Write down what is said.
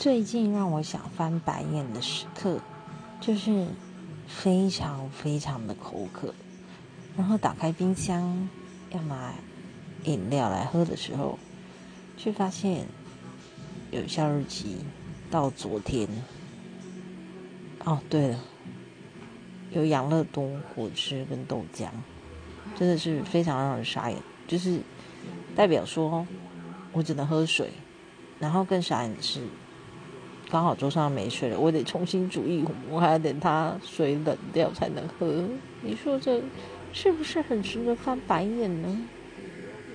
最近让我想翻白眼的时刻，就是非常非常的口渴，然后打开冰箱要买饮料来喝的时候，却发现有效日期到昨天。哦，对了，有养乐多果汁跟豆浆，真的是非常让人傻眼，就是代表说我只能喝水，然后更傻眼的是，刚好桌上没水了，我得重新煮一壶，我还要等它水冷掉才能喝。你说这是不是很值得翻白眼呢？